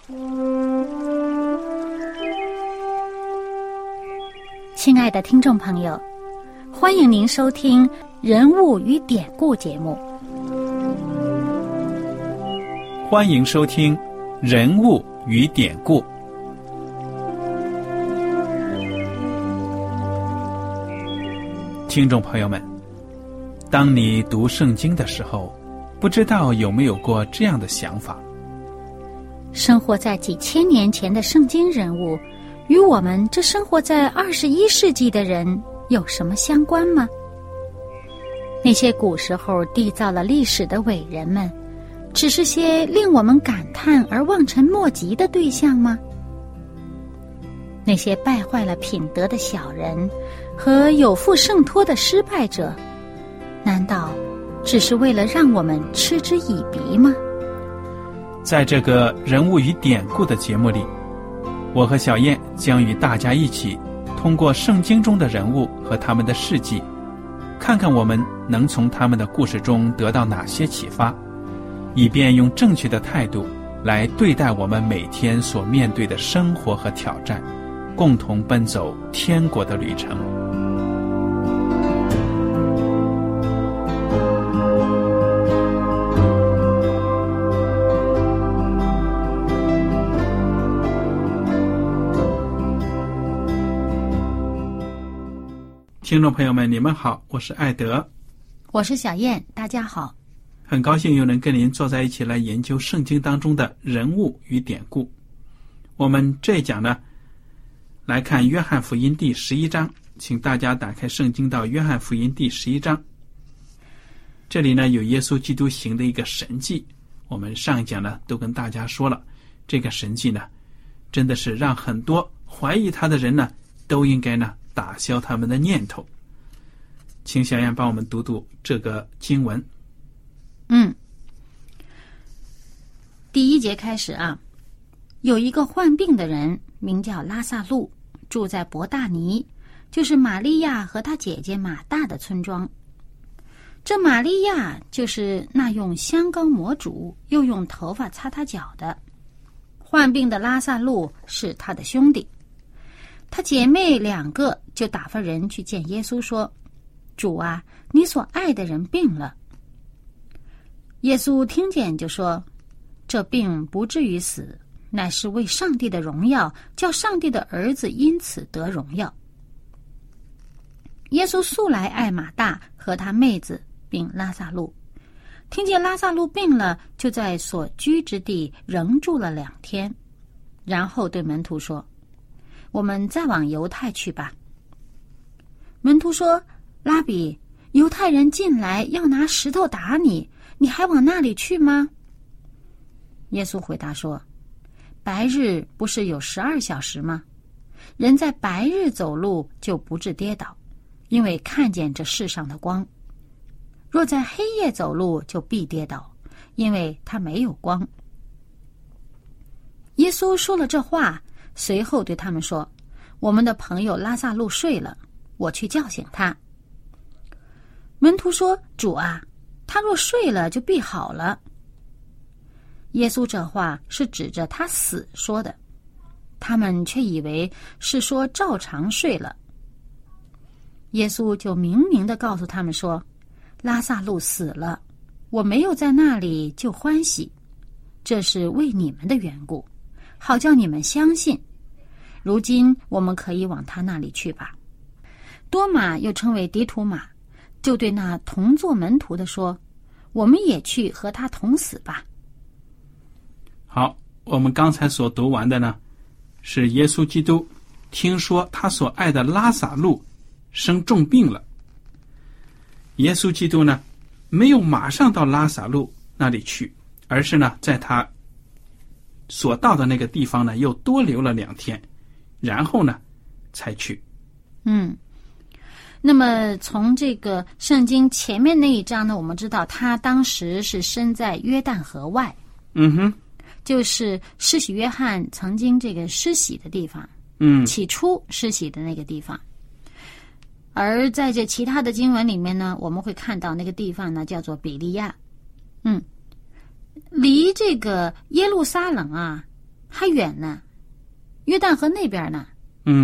亲爱的听众朋友，欢迎您收听《人物与典故》节目。 欢迎收听《人物与典故》。听众朋友们，当你读圣经的时候，不知道有没有过这样的想法： 生活在几千年前的圣经人物，与我们这生活在21世纪的人有什么相关吗？那些古时候缔造了历史的伟人们，只是些令我们感叹而望尘莫及的对象吗？那些败坏了品德的小人和有负圣托的失败者，难道只是为了让我们嗤之以鼻吗？ 在这个人物与典故的节目里，我和小燕将与大家一起通过圣经中的人物和他们的事迹，看看我们能从他们的故事中得到哪些启发，以便用正确的态度来对待我们每天所面对的生活和挑战，共同奔走天国的旅程。听众朋友们，你们好，我是艾德， 我是小燕，大家好。 很高兴又能跟您坐在一起来研究圣经当中的人物与典故。我们这一讲呢，来看约翰福音第11章，请大家打开圣经到约翰福音第11章。这里呢有耶稣基督行的一个神迹，我们上一讲呢都跟大家说了，这个神迹呢真的是让很多怀疑他的人呢都应该呢打消他们的念头。请小燕帮我们读读这个经文。 第1节开始啊，有一个患病的人名叫拉撒路，住在伯大尼，就是玛利亚和她姐姐马大的村庄。这玛利亚就是那用香膏抹主，又用头发擦他脚的。患病的拉撒路是他的兄弟。他姐妹2个就打发人去见耶稣说：主啊，你所爱的人病了。耶稣听见就说：这病不至于死，乃是为上帝的荣耀，叫上帝的儿子因此得荣耀。耶稣素来爱马大和他妹子并拉撒路，听见拉撒路病了，就在所居之地仍住了2天，然后对门徒说：我们再往犹太去吧。门徒说：拉比，犹太人进来要拿石头打你，你还往那里去吗？耶稣回答说：白日不是有12小时吗？人在白日走路就不致跌倒，因为看见这世上的光。若在黑夜走路就必跌倒，因为他没有光。耶稣说了这话，随后对他们说：我们的朋友拉撒路睡了，我去叫醒他。门徒说：主啊，他若睡了就必好了。耶稣这话是指着他死说的，他们却以为是说照常睡了。耶稣就明明地告诉他们说：拉撒路死了，我没有在那里就欢喜，这是为你们的缘故，好叫你们相信。如今我们可以往他那里去吧。多马又称为迪图马，就对那同作门徒的说：我们也去和他同死吧。 好，我们刚才所读完的呢，是耶稣基督听说他所爱的拉撒路生重病了。耶稣基督呢，没有马上到拉撒路那里去，而是呢，在他所到的那个地方呢，又多留了2天，然后呢，才去。 那么从这个圣经前面那一章呢，我们知道他当时是身在约旦河外。就是施洗约翰曾经这个施洗的地方，起初施洗的那个地方。而在这其他的经文里面呢，我们会看到那个地方呢叫做比利亚，离这个耶路撒冷啊还远呢，约旦河那边呢。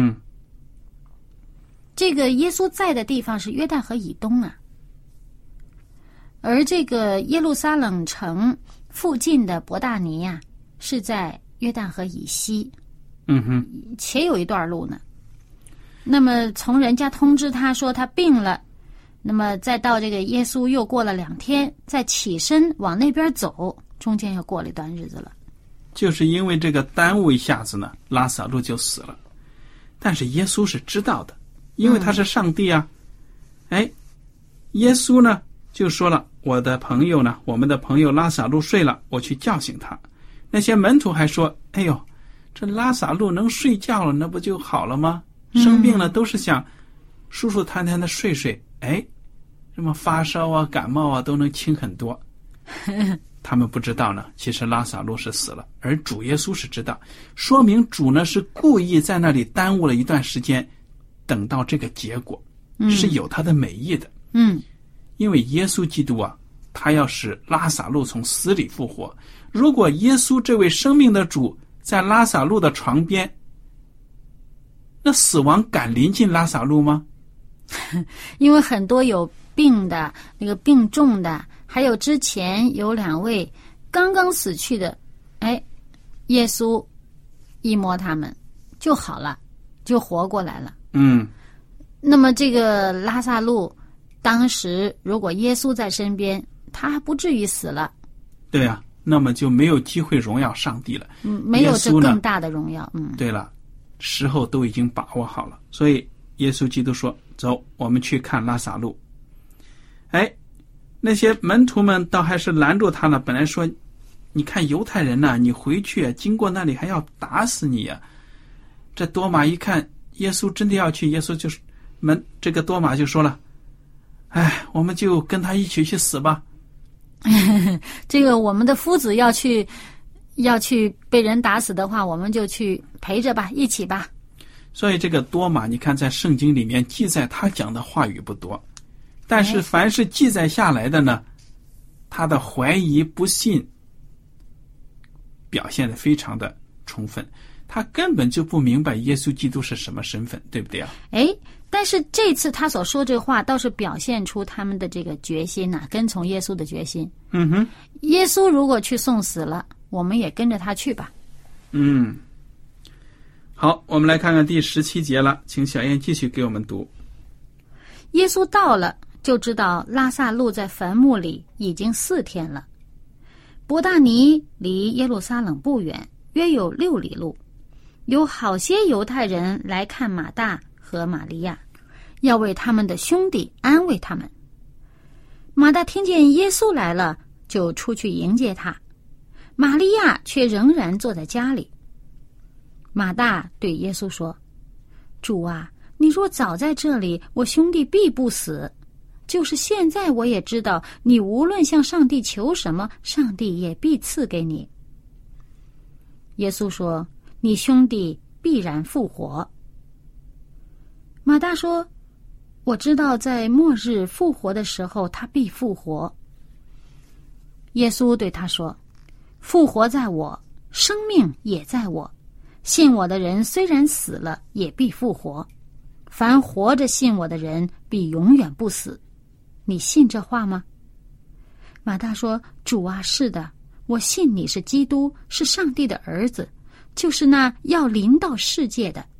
这个耶稣在的地方是约旦河以东啊，而这个耶路撒冷城附近的伯大尼啊，是在约旦河以西。且有一段路呢。那么从人家通知他说他病了，那么再到这个耶稣又过了2天，再起身往那边走，中间又过了一段日子了。 就是因为这个耽误一下子呢，拉撒路就死了。但是耶稣是知道的，因为他是上帝啊。耶稣呢就说了，我们的朋友拉撒路睡了，我去叫醒他。那些门徒还说，哎呦，这拉撒路能睡觉了，那不就好了吗？生病了都是想舒舒坦坦的睡睡，什么发烧啊感冒啊都能轻很多。他们不知道呢，其实拉撒路是死了，而主耶稣是知道，说明主呢是故意在那里耽误了一段时间，等到这个结果，是有他的美意的。因为耶稣基督啊，他要使拉撒路从死里复活。如果耶稣这位生命的主在拉撒路的床边，那死亡敢临近拉撒路吗？ 因为很多有病的，那个病重的，还有之前有2位刚刚死去的，耶稣一摸他们就好了，就活过来了。那么这个拉撒路当时如果耶稣在身边，他还不至于死了。 对啊，那么就没有机会荣耀上帝了。 没有这更大的荣耀。 对了，时候都已经把握好了，所以耶稣基督说，走，我们去看拉撒路。那些门徒们倒还是拦住他了，本来说，你看犹太人啊，你回去经过那里还要打死你啊。这多马一看耶稣真的要去，耶稣就是这个多马就说了，我们就跟他一起去死吧。 这个我们的夫子要去被人打死的话，我们就去陪着吧，一起吧。 所以这个多马，你看在圣经里面记载他讲的话语不多，但是凡是记载下来的呢，他的怀疑不信表现得非常的充分，他根本就不明白耶稣基督是什么身份，对不对啊？ 但是这次他所说这话倒是表现出他们的这个决心啊，跟从耶稣的决心。耶稣如果去送死了，我们也跟着他去吧。 好，我们来看看第17节了，请小燕继续给我们读。 耶稣到了，就知道拉撒路在坟墓里已经4天了。伯大尼离耶路撒冷不远，约有6里路。有好些犹太人来看马大和玛利亚，要为他们的兄弟安慰他们。马大听见耶稣来了，就出去迎接他，玛利亚却仍然坐在家里。马大对耶稣说，主啊，你若早在这里，我兄弟必不死。就是现在我也知道，你无论向上帝求什么，上帝也必赐给你。耶稣说，你兄弟必然复活。马大说，我知道在末日复活的时候，他必复活。耶稣对他说，复活在我，生命也在我。信我的人虽然死了，也必复活。凡活着信我的人，必永远不死。你信这话吗？马大说，主啊，是的，我信你是基督，是上帝的儿子，就是那要临到世界的。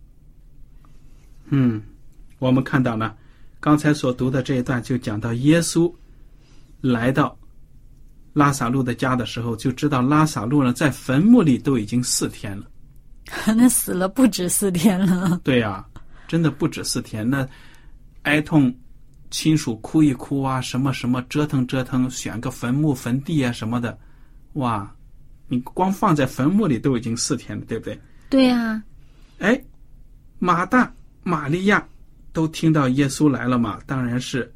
我们看到了刚才所读的这一段，就讲到耶稣来到拉撒路的家的时候，就知道拉撒路呢在坟墓里都已经4天了。 那死了不止4天了。 对啊，真的不止4天。那哀痛亲属哭一哭啊，什么什么折腾折腾，选个坟墓坟地啊什么的，哇，你光放在坟墓里都已经4天了，对不对？ 对啊。 马大玛利亚都听到耶稣来了嘛，当然是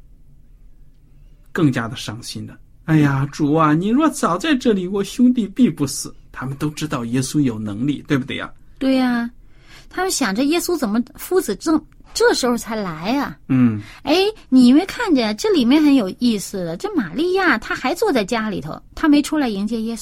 更加的伤心了。哎呀，主啊，你若早在这里，我兄弟必不死。他们都知道耶稣有能力，对不对呀？ 对呀，他们想着耶稣怎么夫子这时候才来呀？你没看见这里面很有意思的？这玛利亚她还坐在家里头，她没出来迎接耶稣。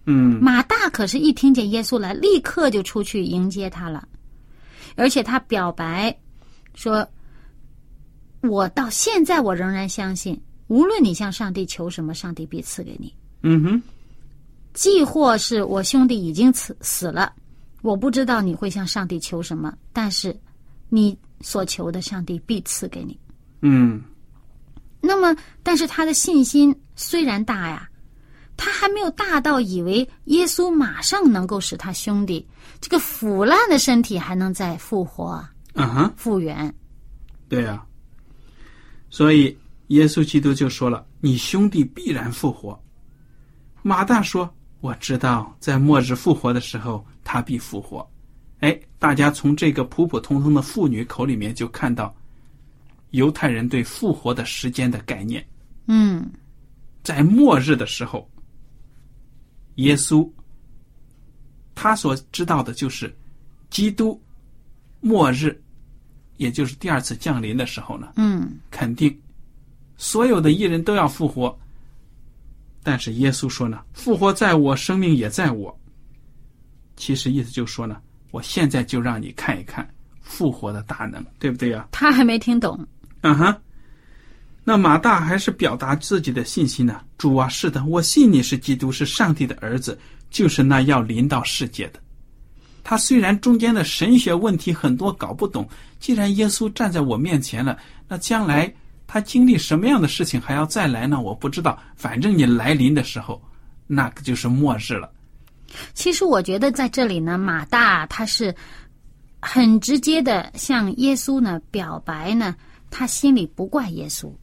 马大可是一听见耶稣来，立刻就出去迎接他了，而且他表白说，我到现在我仍然相信，无论你向上帝求什么，上帝必赐给你。既或是我兄弟已经死了，我不知道你会向上帝求什么，但是你所求的上帝必赐给你。那么但是他的信心虽然大呀，他还没有大到以为耶稣马上能够使他兄弟这个腐烂的身体还能再复活复原。 对啊，所以耶稣基督就说了，你兄弟必然复活。马大说，我知道在末日复活的时候他必复活。大家从这个普普通通的妇女口里面就看到犹太人对复活的时间的概念。在末日的时候，耶稣他所知道的就是基督末日，也就是第二次降临的时候呢，肯定所有的义人都要复活。但是耶稣说呢，复活在我，生命也在我。其实意思就是说呢，我现在就让你看一看复活的大能，对不对啊？ 他还没听懂。 那马大还是表达自己的信心呢，主啊，是的，我信你是基督，是上帝的儿子，就是那要临到世界的。他虽然中间的神学问题很多搞不懂，既然耶稣站在我面前了，那将来他经历什么样的事情还要再来呢？我不知道，反正你来临的时候，那个就是末日了。 其实我觉得在这里呢，马大他是很直接的向耶稣呢表白呢，他心里不怪耶稣。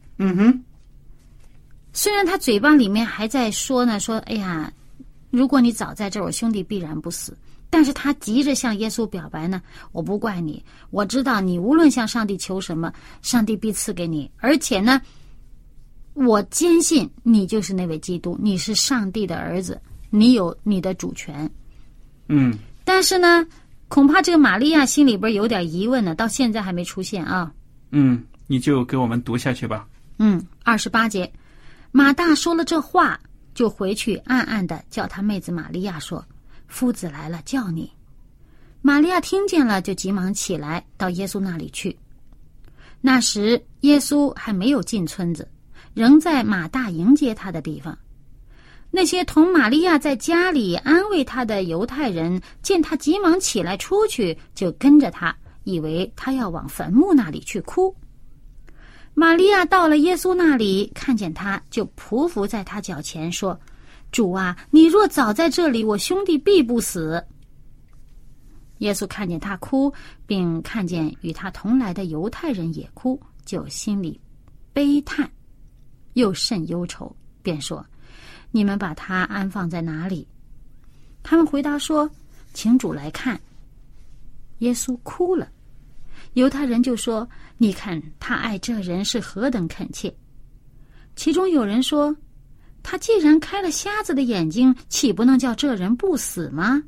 虽然他嘴巴里面还在说呢，说哎呀，如果你早在这儿，我兄弟必然不死。但是他急着向耶稣表白呢，我不怪你，我知道你无论向上帝求什么，上帝必赐给你，而且呢，我坚信你就是那位基督，你是上帝的儿子，你有你的主权。但是呢，恐怕这个玛利亚心里边有点疑问呢，到现在还没出现啊。 你就给我们读下去吧。 28节，马大说了这话，就回去暗暗的叫他妹子玛利亚说，夫子来了，叫你。玛利亚听见了，就急忙起来到耶稣那里去。那时耶稣还没有进村子，仍在马大迎接他的地方。那些同玛利亚在家里安慰他的犹太人，见他急忙起来出去，就跟着他，以为他要往坟墓那里去哭。玛利亚到了耶稣那里，看见他，就匍匐在他脚前说，主啊，你若早在这里，我兄弟必不死。耶稣看见他哭，并看见与他同来的犹太人也哭，就心里悲叹，又甚忧愁，便说，你们把他安放在哪里？他们回答说，请主来看。耶稣哭了。犹太人就说，你看他爱这人是何等恳切。其中有人说，他既然开了瞎子的眼睛，岂不能叫这人不死吗？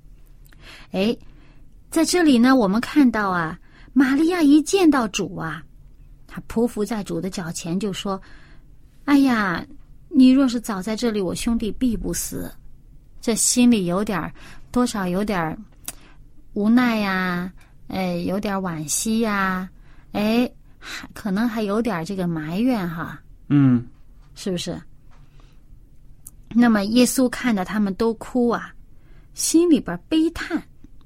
在这里呢，我们看到啊，玛利亚一见到主啊，她匍匐在主的脚前，就说，哎呀，你若是早在这里，我兄弟必不死。这心里多少有点无奈呀，有点惋惜呀，可能还有点这个埋怨哈。是不是？那么耶稣看到他们都哭啊，心里边悲叹，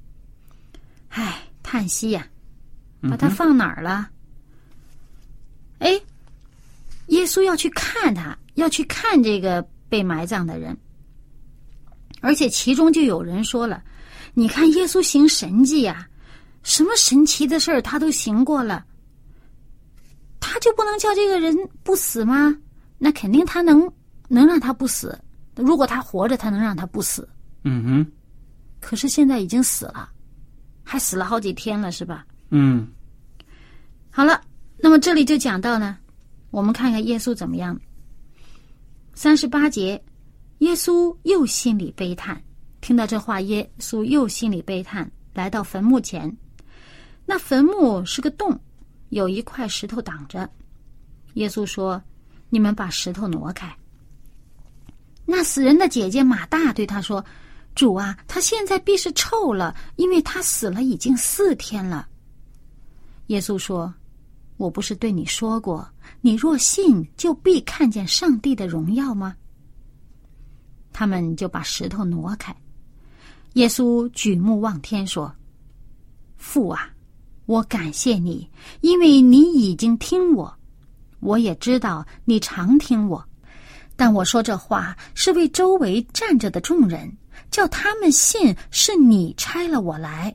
叹息呀，把他放哪儿了？耶稣要去看他，要去看这个被埋葬的人。而且其中就有人说了，你看耶稣行神迹啊，什么神奇的事儿他都行过了，他就不能叫这个人不死吗？那肯定他能让他不死，如果他活着，他能让他不死。可是现在已经死了，还死了好几天了，是吧？好了，那么这里就讲到呢，我们看看耶稣怎么样。38节，耶稣又心里悲叹。听到这话，耶稣又心里悲叹，来到坟墓前。那坟墓是个洞，有一块石头挡着。耶稣说，你们把石头挪开。 那死人的姐姐马大对他说：主啊，他现在必是臭了，因为他死了已经4天了。耶稣说：我不是对你说过，你若信，就必看见上帝的荣耀吗？他们就把石头挪开。耶稣举目望天说：父啊，我感谢你，因为你已经听我，我也知道你常听我，但我说这话是为周围站着的众人，叫他们信是你差了我来。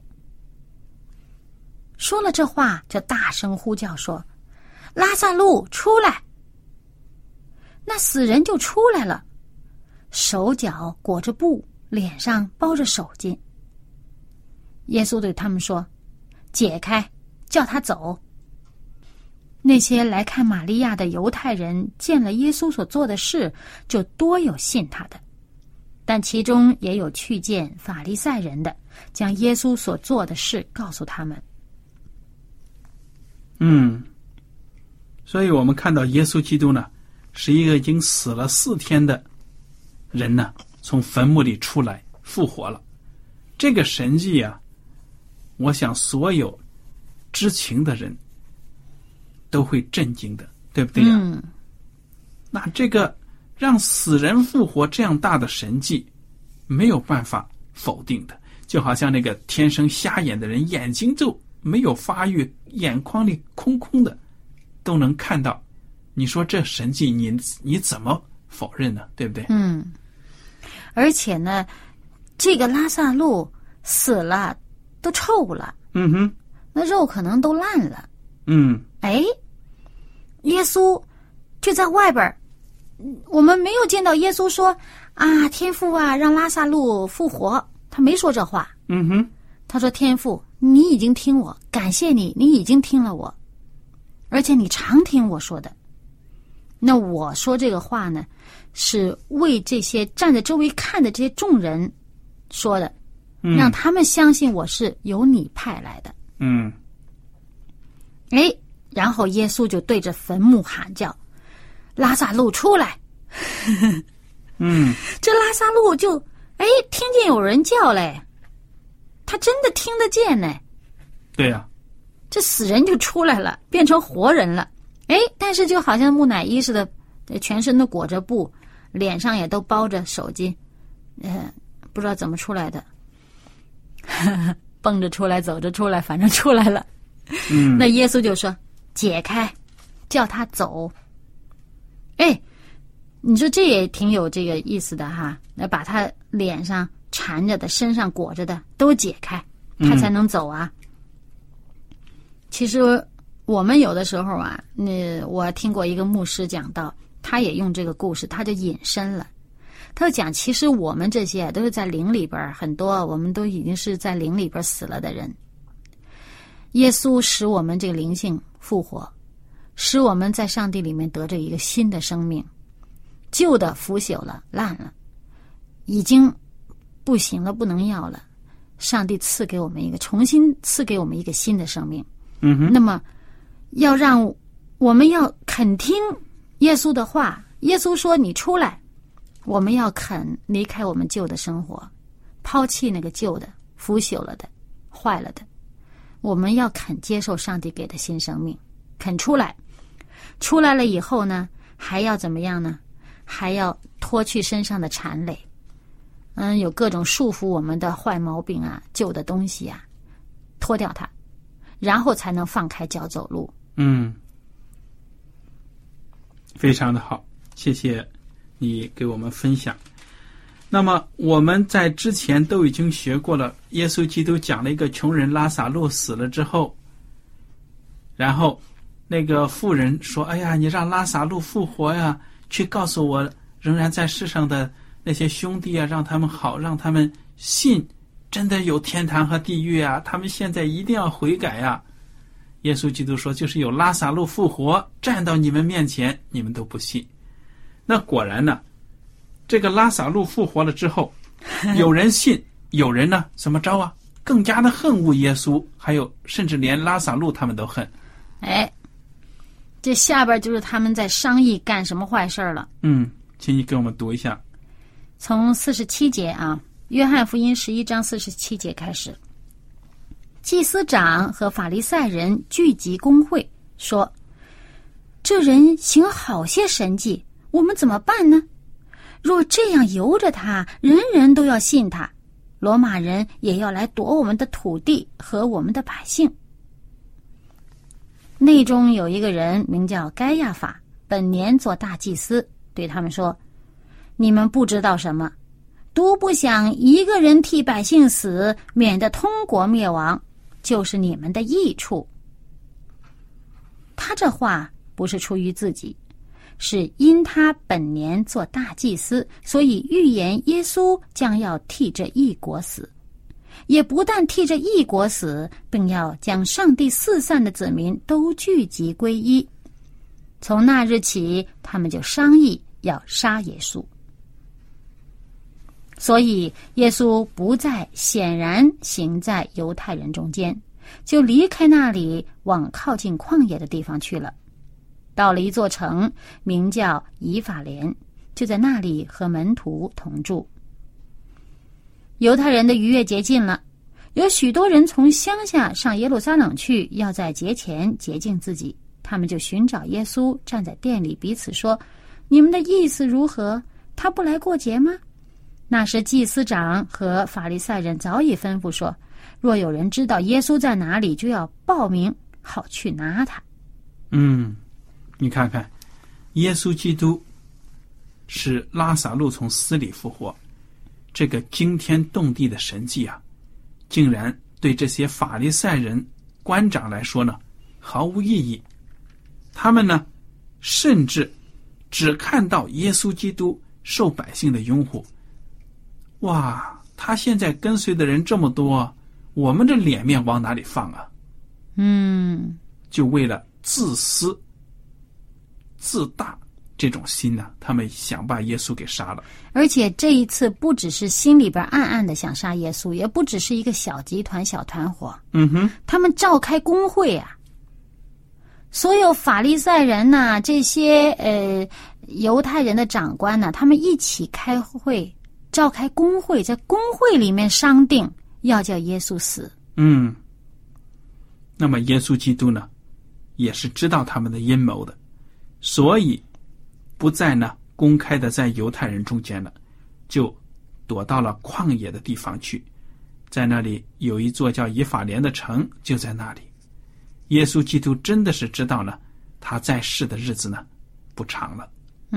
说了这话，就大声呼叫说：拉撒路出来！那死人就出来了，手脚裹着布，脸上包着手巾。耶稣对他们说：解开，叫他走。那些来看玛利亚的犹太人见了耶稣所做的事，就多有信他的，但其中也有去见法利赛人的，将耶稣所做的事告诉他们。 所以我们看到耶稣基督呢，是一个已经死了4天的人呢，从坟墓里出来复活了。这个神迹啊，我想所有知情的人都会震惊的，对不对呀？那这个让死人复活这样大的神迹，没有办法否定的。就好像那个天生瞎眼的人，眼睛就没有发育，眼眶里空空的，都能看到。你说这神迹你怎么否认呢？对不对？ 而且呢，这个拉撒路死了都臭了，那肉可能都烂了。耶稣就在外边，我们没有见到耶稣说啊，天父啊，让拉撒路复活，他没说这话。他说：天父，你已经听我，感谢你，你已经听了我，而且你常听我说的。那我说这个话呢，是为这些站在周围看的这些众人说的，让他们相信我是由你派来的。然后耶稣就对着坟墓喊叫：拉撒路出来！这拉撒路就听见有人叫嘞，他真的听得见呢。 对呀， 这死人就出来了，变成活人了。但是就好像木乃伊似的，全身都裹着布，脸上也都包着手巾，不知道怎么出来的，蹦着出来，走着出来，反正出来了。那耶稣就说：解开，叫他走。你说这也挺有这个意思的哈，那把他脸上缠着的、身上裹着的都解开，他才能走啊。其实我们有的时候啊，我听过一个牧师讲到，他也用这个故事，他就引申了。他就讲，其实我们这些都是在灵里边，很多我们都已经是在灵里边死了的人。耶稣使我们这个灵性复活，使我们在上帝里面得着一个新的生命，旧的腐朽了、烂了，已经不行了，不能要了。上帝赐给我们一个，重新赐给我们一个新的生命。那么要让我们要肯听耶稣的话，耶稣说你出来，我们要肯离开我们旧的生活，抛弃那个旧的、腐朽了的、坏了的，我们要肯接受上帝给的新生命，肯出来。出来了以后呢，还要怎么样呢？还要脱去身上的缠累，有各种束缚我们的坏毛病啊、旧的东西啊，脱掉它，然后才能放开脚走路。 非常的好，谢谢你给我们分享。那么我们在之前都已经学过了，耶稣基督讲了一个穷人拉撒路死了之后，然后那个妇人说：哎呀，你让拉撒路复活呀，去告诉我仍然在世上的那些兄弟啊，让他们好，让他们信真的有天堂和地狱啊，他们现在一定要悔改啊。耶稣基督说，就是有拉撒路复活站到你们面前，你们都不信。那果然呢，这个拉撒路复活了之后，有人信，有人呢怎么着啊，更加的恨恶耶稣，还有甚至连拉撒路他们都恨。 这下边就是他们在商议干什么坏事了。 请你给我们读一下。 从47节啊，约翰福音11章47节开始。祭司长和法利赛人聚集公会，说：这人行好些神迹，我们怎么办呢？若这样由着他，人人都要信他，罗马人也要来夺我们的土地和我们的百姓。内中有一个人名叫该亚法，本年做大祭司，对他们说：你们不知道什么，独不想一个人替百姓死，免得通国灭亡，就是你们的益处。他这话不是出于自己，是因他本年做大祭司，所以预言耶稣将要替这一国死，也不但替这一国死，并要将上帝四散的子民都聚集归一。从那日起，他们就商议要杀耶稣。所以耶稣不再显然行在犹太人中间，就离开那里，往靠近旷野的地方去了。到了一座城，名叫以法莲，就在那里和门徒同住。犹太人的逾越节近了，有许多人从乡下上耶路撒冷去，要在节前洁净自己。他们就寻找耶稣，站在店里彼此说：你们的意思如何？他不来过节吗？那时祭司长和法利赛人早已吩咐说，若有人知道耶稣在哪里，就要报名，好去拿他。 你看看，耶稣基督使拉撒路从死里复活，这个惊天动地的神迹啊，竟然对这些法利赛人官长来说呢，毫无意义。他们呢，甚至只看到耶稣基督受百姓的拥护。哇，他现在跟随的人这么多，我们这脸面往哪里放啊？就为了自私自大这种心呢，他们想把耶稣给杀了。 而且这一次不只是心里边暗暗的想杀耶稣，也不只是一个小集团小团伙，他们召开公会啊，所有法利赛人呢，这些犹太人的长官呢，他们一起开会，召开公会，在公会里面商定要叫耶稣死。 那么耶稣基督呢，也是知道他们的阴谋的，所以不再呢公开的在犹太人中间了，就躲到了旷野的地方去。在那里有一座叫以法莲的城，就在那里。耶稣基督真的是知道呢，他在世的日子呢不长了。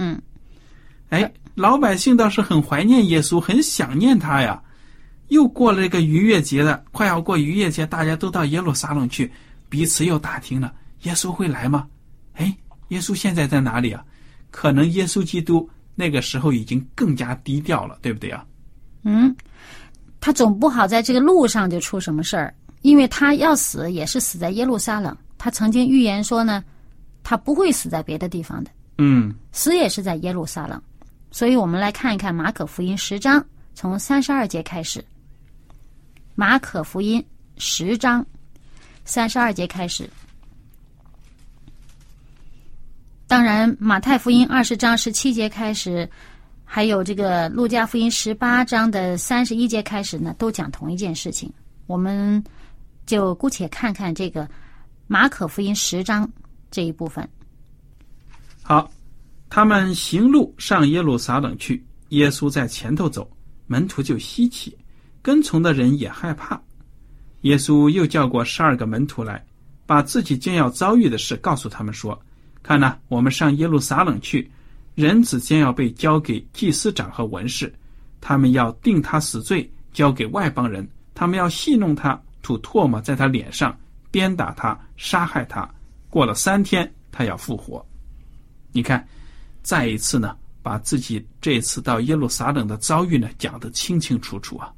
老百姓倒是很怀念耶稣，很想念他呀。又过了这个逾越节了，快要过逾越节，大家都到耶路撒冷去，彼此又打听了，耶稣会来吗？耶稣现在在哪里啊？可能耶稣基督那个时候已经更加低调了，对不对啊？ 他总不好在这个路上就出什么事儿，因为他要死也是死在耶路撒冷。他曾经预言说呢，他不会死在别的地方的，死也是在耶路撒冷。所以我们来看一看马可福音10章，从32节开始。马可福音10章32节开始。当然马太福音20章17节开始，还有这个路加福音18章的31节开始呢，都讲同一件事情。我们就姑且看看这个马可福音10章这一部分。 好，他们行路上耶路撒冷去，耶稣在前头走，门徒就稀奇，跟从的人也害怕。耶稣又叫过12个门徒来，把自己将要遭遇的事告诉他们说，看哪，我们上耶路撒冷去，人子将要被交给祭司长和文士，他们要定他死罪，交给外邦人，他们要戏弄他，吐唾沫在他脸上，鞭打他，杀害他，过了3天他要复活。你看，再一次呢，把自己这次到耶路撒冷的遭遇呢讲得清清楚楚啊。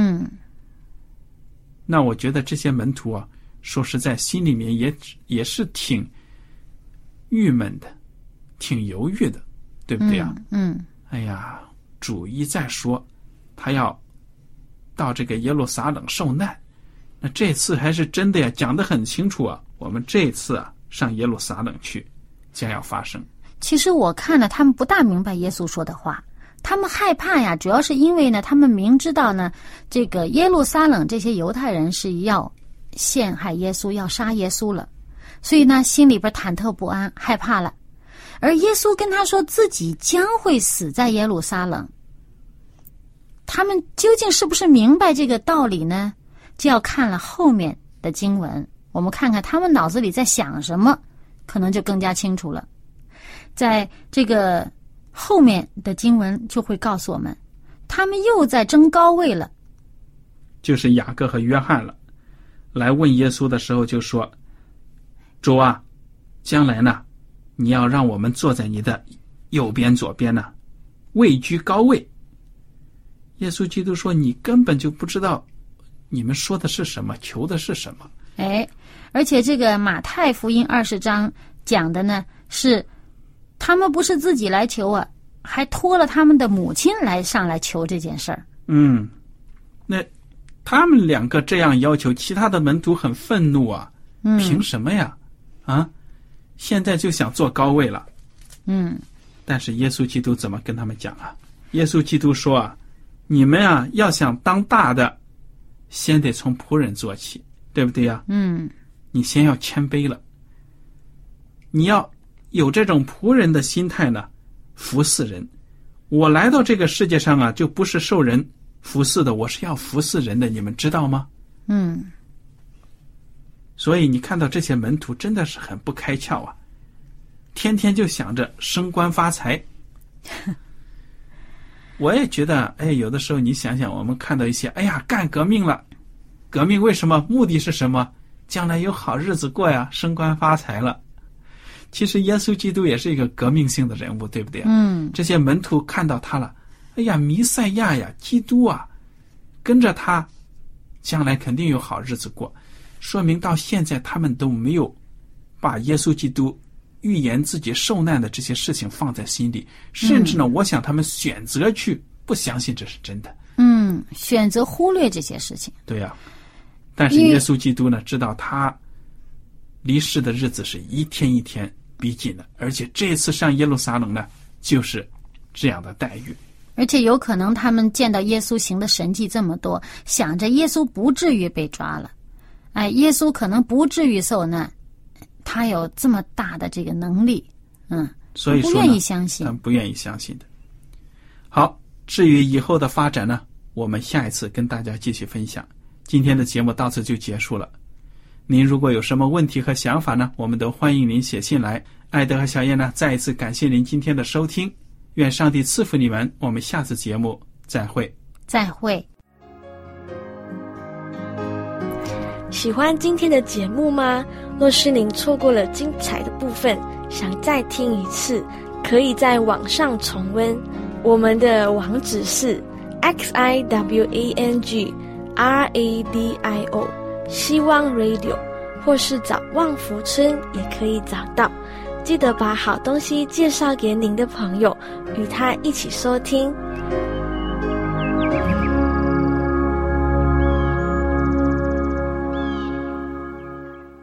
那我觉得这些门徒啊，说实在心里面也是挺郁闷的，挺犹豫的，对不对啊？哎呀，主一再说他要到这个耶路撒冷受难，那这次还是真的呀，讲得很清楚啊。我们这次啊上耶路撒冷去将要发生。 其实我看了他们不大明白耶稣说的话， 他们害怕呀，主要是因为呢，他们明知道呢，这个耶路撒冷这些犹太人是要陷害耶稣，要杀耶稣了，所以呢，心里边忐忑不安，害怕了。而耶稣跟他说自己将会死在耶路撒冷，他们究竟是不是明白这个道理呢？就要看了后面的经文，我们看看他们脑子里在想什么，可能就更加清楚了。在这个后面的经文就会告诉我们，他们又在争高位了， 就是雅各和约翰了。来问耶稣的时候就说，主啊，将来呢，你要让我们坐在你的右边左边呢，位居高位。耶稣基督说，你根本就不知道你们说的是什么，求的是什么。 而且这个马太福音20章讲的呢，是他们不是自己来求啊，还托了他们的母亲上来求这件事儿。 那他们两个这样要求，其他的门徒很愤怒啊，凭什么呀？现在就想坐高位了。但是耶稣基督怎么跟他们讲啊？耶稣基督说啊，你们啊要想当大的，先得从仆人做起，对不对呀？你先要谦卑了，你要有这种仆人的心态呢，服侍人。我来到这个世界上啊，就不是受人服侍的，我是要服侍人的，你们知道吗？所以你看到这些门徒真的是很不开窍啊，天天就想着升官发财。我也觉得，有的时候你想想，我们看到一些，干革命了，革命为什么？目的是什么？将来有好日子过呀，升官发财了。其实耶稣基督也是一个革命性的人物，对不对？这些门徒看到他了，弥赛亚呀，基督啊，跟着他，将来肯定有好日子过。说明到现在他们都没有把耶稣基督预言自己受难的这些事情放在心里，甚至呢，我想他们选择去不相信这是真的。 选择忽略这些事情。 对呀，但是耶稣基督呢，知道他离世的日子是一天一天逼近的，而且这次上耶路撒冷呢，就是这样的待遇。 而且有可能他们见到耶稣行的神迹这么多，想着耶稣不至于被抓了，耶稣可能不至于受难，他有这么大的这个能力， 所以说不愿意相信， 不愿意相信的。好，至于以后的发展呢，我们下一次跟大家继续分享。今天的节目到此就结束了。您如果有什么问题和想法呢，我们都欢迎您写信来。艾德和小燕呢，再一次感谢您今天的收听，愿上帝赐福你们，我们下次节目再会。 再会。 喜欢今天的节目吗？若是您错过了精彩的部分，想再听一次，可以在网上重温。我们的网址是 xiwangradio 希望 Radio， 或是找旺福村也可以找到。记得把好东西介绍给您的朋友，与他一起收听。